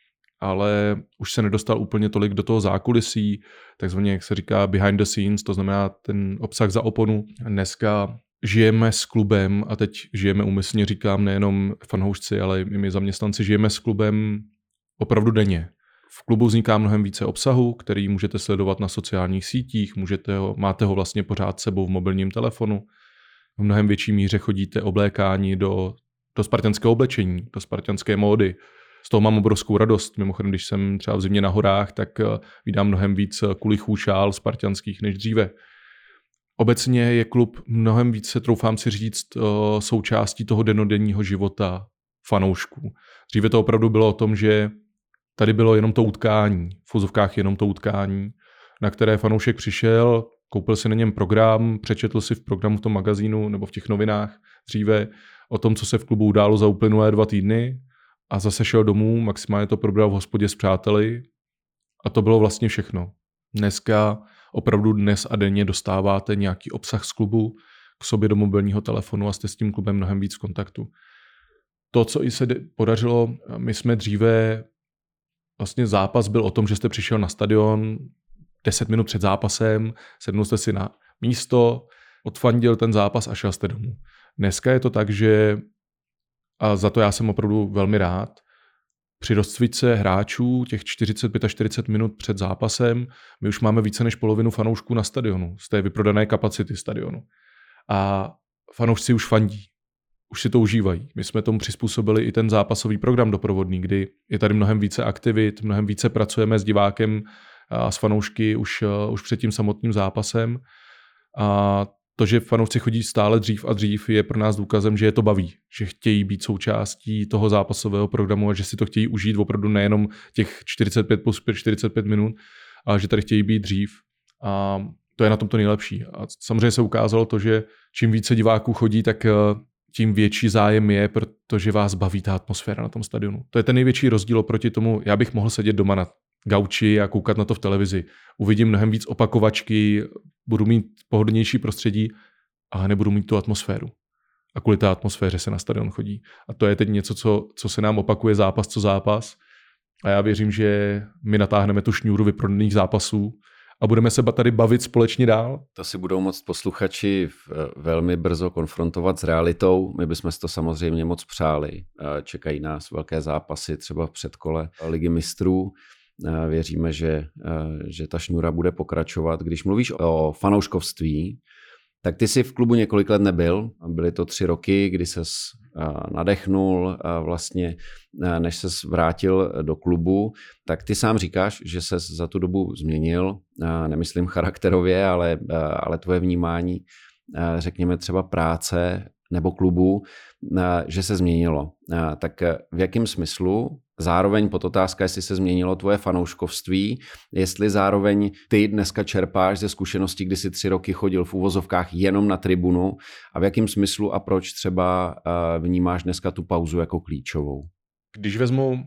[SPEAKER 3] ale už se nedostal úplně tolik do toho zákulisí, takzvaně, jak se říká, behind the scenes, to znamená ten obsah za oponu. Dneska žijeme s klubem, a teď žijeme úmyslně, říkám, nejenom fanoušci, ale i my zaměstnanci, žijeme s klubem opravdu denně. V klubu vzniká mnohem více obsahu, který můžete sledovat na sociálních sítích, máte ho vlastně pořád sebou v mobilním telefonu. V mnohem větší míře chodíte oblékáni do spartanského oblečení, do spartanské módy. Z toho mám obrovskou radost. Mimochodem, když jsem třeba v zimě na horách, tak vydám mnohem víc kulichů šál spartanských než dříve. Obecně je klub mnohem více, troufám si říct, součástí toho dennodenního života fanoušků. Dříve to opravdu bylo o tom, že tady bylo jenom to utkání, v uvozovkách jenom to utkání, na které fanoušek přišel, koupil si na něm program, přečetl si v programu v tom magazínu nebo v těch novinách dříve o tom, co se v klubu událo za uplynulé 2 týdny a zase šel domů, maximálně to probral v hospodě s přáteli a to bylo vlastně všechno. Dneska opravdu dnes a denně dostáváte nějaký obsah z klubu k sobě do mobilního telefonu a jste s tím klubem mnohem víc v kontaktu. To, co i se podařilo, my jsme dříve, vlastně zápas byl o tom, že jste přišel na stadion 10 minut před zápasem, sednul jste si na místo, odfandil ten zápas a šel jste domů. Dneska je to tak, že, a za to já jsem opravdu velmi rád, při rozcvičce hráčů těch 45 až 40 minut před zápasem my už máme více než polovinu fanoušků na stadionu, z té vyprodané kapacity stadionu. A fanoušci už fandí, už si to užívají. My jsme tomu přizpůsobili i ten zápasový program doprovodný, kdy je tady mnohem více aktivit, mnohem více pracujeme s divákem a s fanoušky už před tím samotným zápasem. A to, že fanoušci chodí stále dřív a dřív, je pro nás důkazem, že je to baví, že chtějí být součástí toho zápasového programu a že si to chtějí užít opravdu nejenom těch 45 plus 45 minut, ale že tady chtějí být dřív. A to je na tom to nejlepší. A samozřejmě se ukázalo to, že čím více diváků chodí, tak tím větší zájem je, protože vás baví ta atmosféra na tom stadionu. To je ten největší rozdíl oproti tomu, já bych mohl sedět doma na gauči a koukat na to v televizi. Uvidím mnohem víc opakovačky, budu mít pohodlnější prostředí, ale nebudu mít tu atmosféru. A kvůli té atmosféře se na stadion chodí. A to je teď něco, co se nám opakuje zápas co zápas. A já věřím, že my natáhneme tu šňůru vyprodaných zápasů a budeme se tady bavit společně dál.
[SPEAKER 2] To si budou moct posluchači velmi brzo konfrontovat s realitou. My bychom si to samozřejmě moc přáli. Čekají nás velké zápasy, třeba v předkole Ligy mistrů. Věříme, že ta šňůra bude pokračovat. Když mluvíš o fanouškovství, tak ty jsi v klubu několik let nebyl. Byly to 3 roky, kdy ses nadechnul vlastně, než ses vrátil do klubu. Tak ty sám říkáš, že ses za tu dobu změnil. Nemyslím charakterově, ale tvoje vnímání, řekněme třeba práce nebo klubu, že se změnilo. Tak v jakém smyslu? Zároveň podotázka, jestli se změnilo tvoje fanouškovství, jestli zároveň ty dneska čerpáš ze zkušeností, kdy jsi 3 roky chodil v uvozovkách jenom na tribunu a v jakém smyslu a proč třeba vnímáš dneska tu pauzu jako klíčovou?
[SPEAKER 3] Když vezmu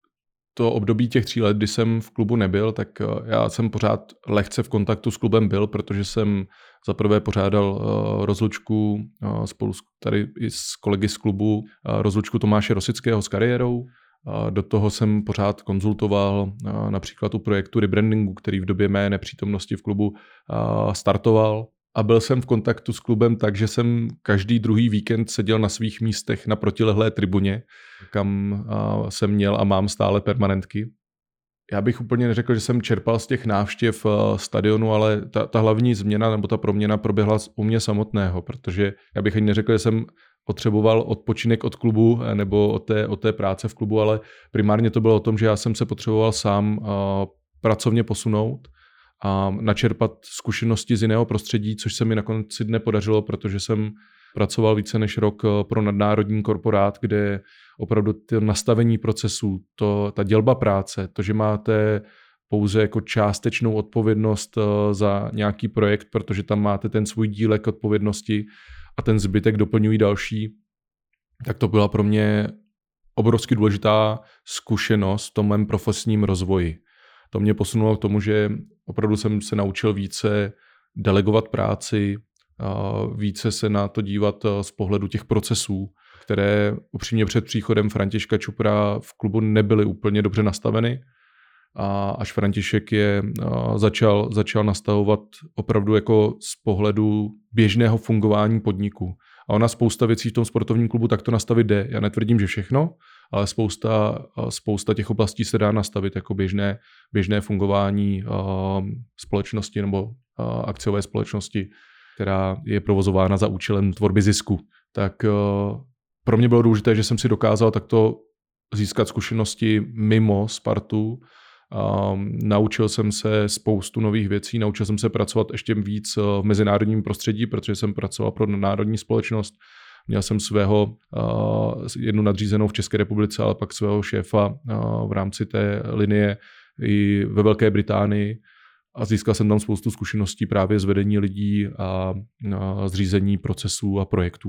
[SPEAKER 3] to období těch 3 let, kdy jsem v klubu nebyl, tak já jsem pořád lehce v kontaktu s klubem byl, protože jsem zaprvé pořádal rozlučku spolu tady i s kolegy z klubu, rozlučku Tomáše Rosického s kariérou. Do toho jsem pořád konzultoval například u projektu rebrandingu, který v době mé nepřítomnosti v klubu startoval. A byl jsem v kontaktu s klubem tak, že jsem každý druhý víkend seděl na svých místech na protilehlé tribuně, kam jsem měl a mám stále permanentky. Já bych úplně neřekl, že jsem čerpal z těch návštěv stadionu, ale ta hlavní změna nebo ta proměna proběhla u mě samotného, protože já bych ani neřekl, že jsem potřeboval odpočinek od klubu nebo od té práce v klubu, ale primárně to bylo o tom, že já jsem se potřeboval sám pracovně posunout a načerpat zkušenosti z jiného prostředí, což se mi na konci dne podařilo, protože jsem pracoval více než rok pro nadnárodní korporát, kde opravdu to nastavení procesů, ta dělba práce, to, že máte pouze jako částečnou odpovědnost za nějaký projekt, protože tam máte ten svůj dílek odpovědnosti a ten zbytek doplňují další, tak to byla pro mě obrovsky důležitá zkušenost v tom mém profesním rozvoji. To mě posunulo k tomu, že opravdu jsem se naučil více delegovat práci, více se na to dívat z pohledu těch procesů, které upřímně před příchodem Františka Čupra v klubu nebyly úplně dobře nastaveny. A až František je začal nastavovat opravdu jako z pohledu běžného fungování podniku. A ona spousta věcí v tom sportovním klubu takto nastavit jde. Já netvrdím, že všechno, ale spousta těch oblastí se dá nastavit jako běžné fungování společnosti nebo akciové společnosti, která je provozována za účelem tvorby zisku. Tak pro mě bylo důležité, že jsem si dokázal takto získat zkušenosti mimo Spartu. Naučil jsem se spoustu nových věcí, naučil jsem se pracovat ještě víc v mezinárodním prostředí, protože jsem pracoval pro národní společnost. Měl jsem svého jednu nadřízenou v České republice, ale pak svého šéfa v rámci té linie i ve Velké Británii a získal jsem tam spoustu zkušeností právě z vedení lidí a zřízení procesů a projektů.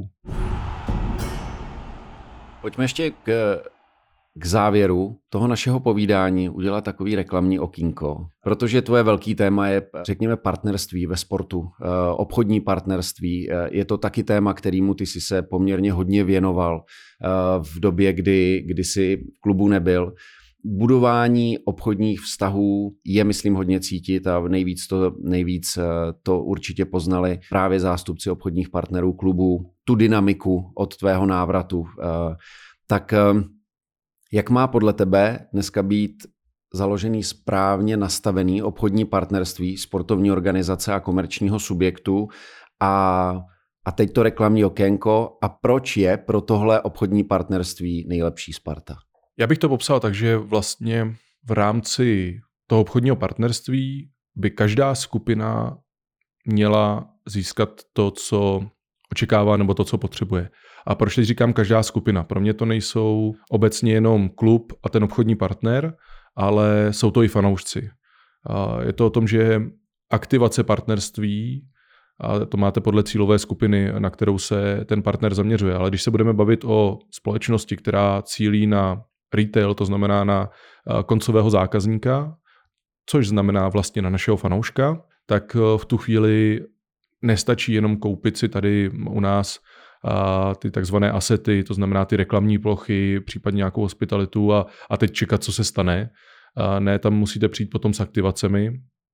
[SPEAKER 2] Pojďme ještě k závěru toho našeho povídání udělat takový reklamní okýnko, protože tvoje velký téma je, řekněme, partnerství ve sportu, obchodní partnerství. Je to taky téma, kterému ty jsi se poměrně hodně věnoval v době, kdy jsi v klubu nebyl. Budování obchodních vztahů je, myslím, hodně cítit a nejvíc to určitě poznali právě zástupci obchodních partnerů klubu, tu dynamiku od tvého návratu. Tak jak má podle tebe dneska být založený správně nastavený obchodní partnerství sportovní organizace a komerčního subjektu a teď to reklamní okénko a proč je pro tohle obchodní partnerství nejlepší Sparta?
[SPEAKER 3] Já bych to popsal tak, že vlastně v rámci toho obchodního partnerství by každá skupina měla získat to, co očekává nebo to, co potřebuje. A proč teď říkám každá skupina? Pro mě to nejsou obecně jenom klub a ten obchodní partner, ale jsou to i fanoušci. Je to o tom, že aktivace partnerství, a to máte podle cílové skupiny, na kterou se ten partner zaměřuje. Ale když se budeme bavit o společnosti, která cílí na retail, to znamená na koncového zákazníka, což znamená vlastně na našeho fanouška, tak v tu chvíli nestačí jenom koupit si tady u nás ty takzvané asety, to znamená ty reklamní plochy, případně nějakou hospitalitu a teď čekat, co se stane. Ne, tam musíte přijít potom s aktivacemi.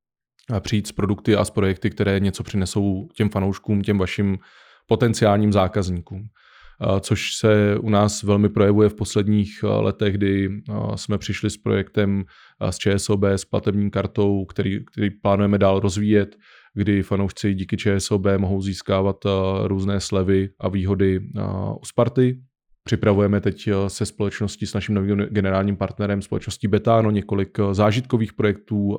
[SPEAKER 3] přijít s produkty a s projekty, které něco přinesou těm fanouškům, těm vašim potenciálním zákazníkům. Což se u nás velmi projevuje v posledních letech, kdy jsme přišli s projektem z ČSOB, s platební kartou, který plánujeme dál rozvíjet, kdy fanoušci díky ČSOB mohou získávat různé slevy a výhody u Sparty. Připravujeme teď se společností s naším novým generálním partnerem, společností Betano, několik zážitkových projektů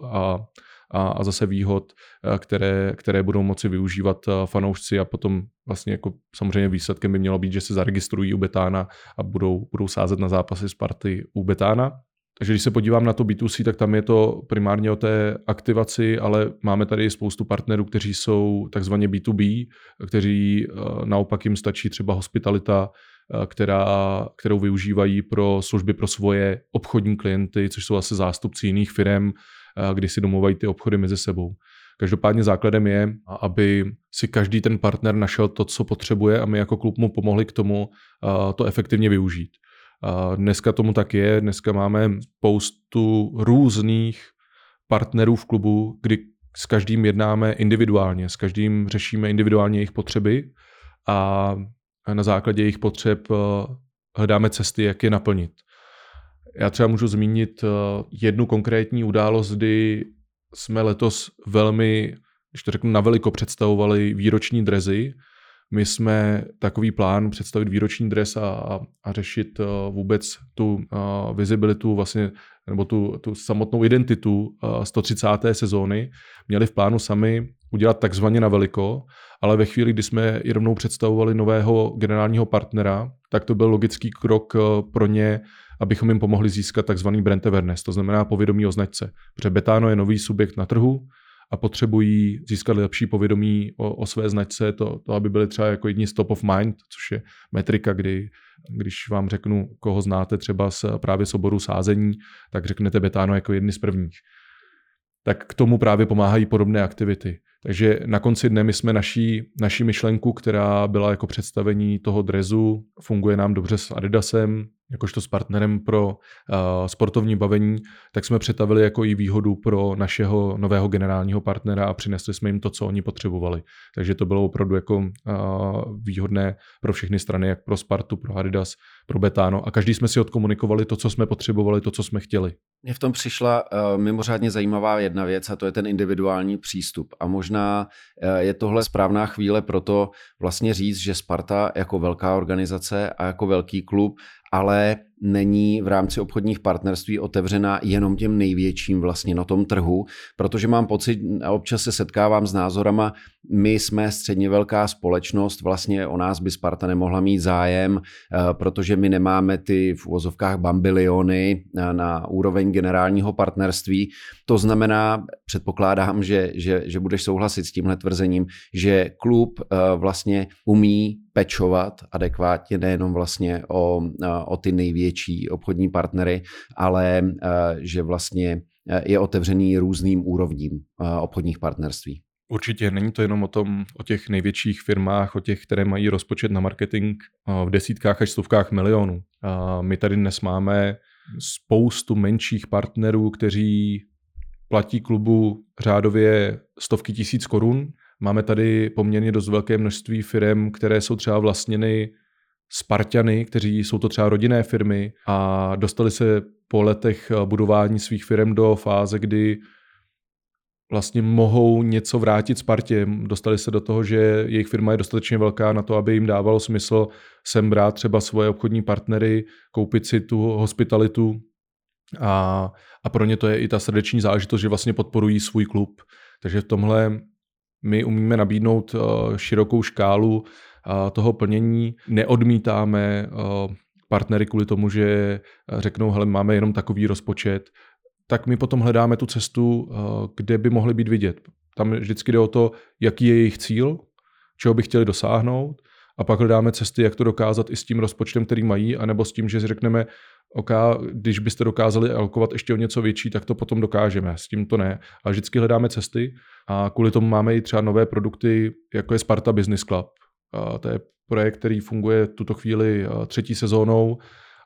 [SPEAKER 3] a zase výhod, které budou moci využívat fanoušci a potom vlastně jako samozřejmě výsledkem by mělo být, že se zaregistrují u Betána a budou sázet na zápasy Sparty u Betána. Takže když se podívám na to B2C, tak tam je to primárně o té aktivaci, ale máme tady spoustu partnerů, kteří jsou takzvaně B2B, kteří naopak jim stačí třeba hospitalita, kterou využívají pro služby pro svoje obchodní klienty, což jsou asi zástupci jiných firem, kdy si domluvají ty obchody mezi sebou. Každopádně základem je, aby si každý ten partner našel to, co potřebuje a my jako klub mu pomohli k tomu to efektivně využít. Dneska tomu tak je, dneska máme spoustu různých partnerů v klubu, kdy s každým jednáme individuálně, s každým řešíme individuálně jejich potřeby a na základě jejich potřeb hledáme cesty, jak je naplnit. Já třeba můžu zmínit jednu konkrétní událost, kdy jsme letos velmi, když to řeknu naveliko, představovali výroční dresy. My jsme takový plán představit výroční dres a řešit vůbec tu visibilitu vlastně, nebo tu samotnou identitu 130. sezóny. Měli v plánu sami udělat takzvaně na veliko, ale ve chvíli, kdy jsme i rovnou představovali nového generálního partnera, tak to byl logický krok pro ně, abychom jim pomohli získat takzvaný brand awareness, to znamená povědomí o značce. Protože Betano je nový subjekt na trhu a potřebují získat lepší povědomí o své značce, to, aby byli třeba jako jedni z top of mind, což je metrika, když vám řeknu, koho znáte třeba právě z oboru sázení, tak řeknete Betano jako jedni z prvních. Tak k tomu právě pomáhají podobné aktivity. Takže na konci dne my jsme naší myšlenku, která byla jako představení toho dresu, funguje nám dobře s Adidasem, jakožto s partnerem pro sportovní bavení, tak jsme přetavili jako i výhodu pro našeho nového generálního partnera a přinesli jsme jim to, co oni potřebovali. Takže to bylo opravdu jako výhodné pro všechny strany, jak pro Spartu, pro Adidas, pro Betano a každý jsme si odkomunikovali to, co jsme potřebovali, to, co jsme chtěli.
[SPEAKER 2] Mně v tom přišla mimořádně zajímavá jedna věc a to je ten individuální přístup. A možná je tohle správná chvíle pro to vlastně říct, že Sparta jako velká organizace a jako velký klub, ale není v rámci obchodních partnerství otevřená jenom těm největším vlastně na tom trhu, protože mám pocit, a občas se setkávám s názorama, my jsme středně velká společnost, vlastně o nás by Sparta nemohla mít zájem, protože my nemáme ty v uvozovkách bambiliony na úroveň generálního partnerství. To znamená, předpokládám, že budeš souhlasit s tímhle tvrzením, že klub vlastně umí pečovat adekvátně nejenom vlastně o ty největší obchodní partnery, ale že vlastně je otevřený různým úrovním obchodních partnerství.
[SPEAKER 3] Určitě není to jenom o těch největších firmách, o těch, které mají rozpočet na marketing v desítkách až stovkách milionů. My tady dnes máme spoustu menších partnerů, kteří platí klubu řádově stovky tisíc korun. Máme tady poměrně dost velké množství firem, které jsou třeba vlastněny Sparťany, kteří jsou to třeba rodinné firmy a dostali se po letech budování svých firem do fáze, kdy vlastně mohou něco vrátit Spartě. Dostali se do toho, že jejich firma je dostatečně velká na to, aby jim dávalo smysl sem brát třeba svoje obchodní partnery, koupit si tu hospitalitu a pro ně to je i ta srdeční záležitost, že vlastně podporují svůj klub. Takže v tomhle my umíme nabídnout širokou škálu toho plnění. Neodmítáme partnery kvůli tomu, že řeknou, hele, máme jenom takový rozpočet, tak my potom hledáme tu cestu, kde by mohli být vidět. Tam vždycky jde o to, jaký je jejich cíl, čeho by chtěli dosáhnout a pak hledáme cesty, jak to dokázat i s tím rozpočtem, který mají, anebo s tím, že si řekneme, OK, když byste dokázali alokovat ještě o něco větší, tak to potom dokážeme. S tím to ne. Ale vždycky hledáme cesty a kvůli tomu máme i třeba nové produkty, jako je Sparta Business Club. To je projekt, který funguje tuto chvíli 3. sezónou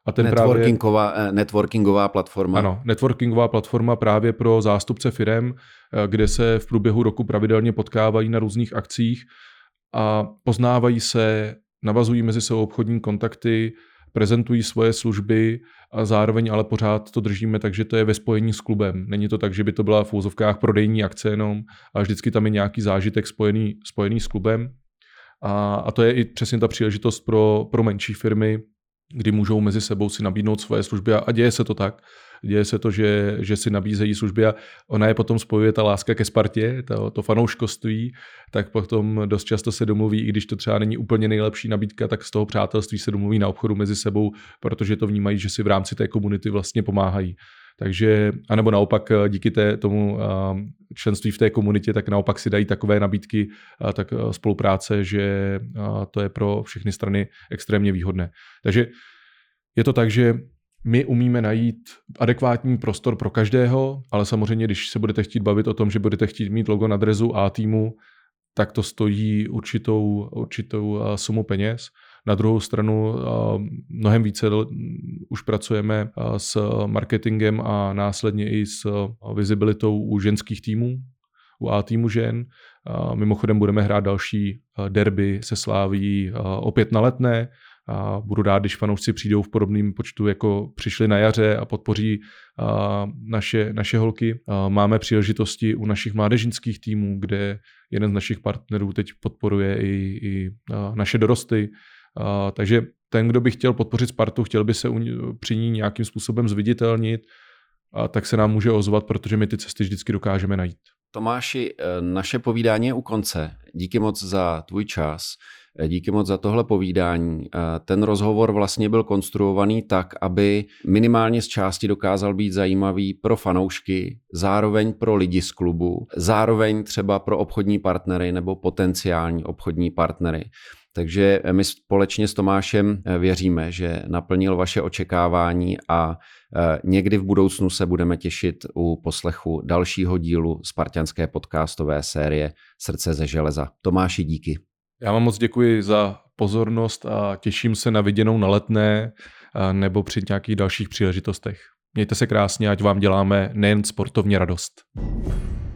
[SPEAKER 3] A ten
[SPEAKER 2] networkingová platforma.
[SPEAKER 3] Ano, networkingová platforma právě pro zástupce firem, kde se v průběhu roku pravidelně potkávají na různých akcích a poznávají se, navazují mezi sebou obchodní kontakty, prezentují svoje služby a zároveň ale pořád to držíme tak, že to je ve spojení s klubem. Není to tak, že by to byla v úzovkách prodejní akce jenom, ale vždycky tam je nějaký zážitek spojený s klubem. A to je i přesně ta příležitost pro menší firmy, kdy můžou mezi sebou si nabídnout svoje služby a děje se to tak. Děje se to, že si nabízejí služby a ona je potom spojuje ta láska ke Spartě, to fanouškovství, tak potom dost často se domluví, i když to třeba není úplně nejlepší nabídka, tak z toho přátelství se domluví na obchodu mezi sebou, protože to vnímají, že si v rámci té komunity vlastně pomáhají. Takže, anebo naopak díky tomu členství v té komunitě, tak naopak si dají takové nabídky, tak spolupráce, že to je pro všechny strany extrémně výhodné. Takže je to tak, že my umíme najít adekvátní prostor pro každého, ale samozřejmě, když se budete chtít bavit o tom, že budete chtít mít logo na dresu A týmu, tak to stojí určitou sumu peněz. Na druhou stranu mnohem více už pracujeme s marketingem a následně i s vizibilitou u ženských týmů, u A týmu žen. Mimochodem budeme hrát další derby se Slavií opět na Letné. A budu rád, když fanoušci přijdou v podobném počtu, jako přišli na jaře a podpoří naše holky. Máme příležitosti u našich mládežnických týmů, kde jeden z našich partnerů teď podporuje i naše dorosty. Takže ten, kdo by chtěl podpořit Spartu, chtěl by se při ní nějakým způsobem zviditelnit, tak se nám může ozvat, protože my ty cesty vždycky dokážeme najít.
[SPEAKER 2] Tomáši, naše povídání je u konce. Díky moc za tvůj čas. Díky moc za tohle povídání. Ten rozhovor vlastně byl konstruovaný tak, aby minimálně z části dokázal být zajímavý pro fanoušky, zároveň pro lidi z klubu, zároveň třeba pro obchodní partnery nebo potenciální obchodní partnery. Takže my společně s Tomášem věříme, že naplnil vaše očekávání a někdy v budoucnu se budeme těšit u poslechu dalšího dílu spartanské podcastové série Srdce ze železa. Tomáši, díky.
[SPEAKER 3] Já vám moc děkuji za pozornost a těším se na viděnou na Letné nebo při nějakých dalších příležitostech. Mějte se krásně, ať vám děláme nejen sportovně radost.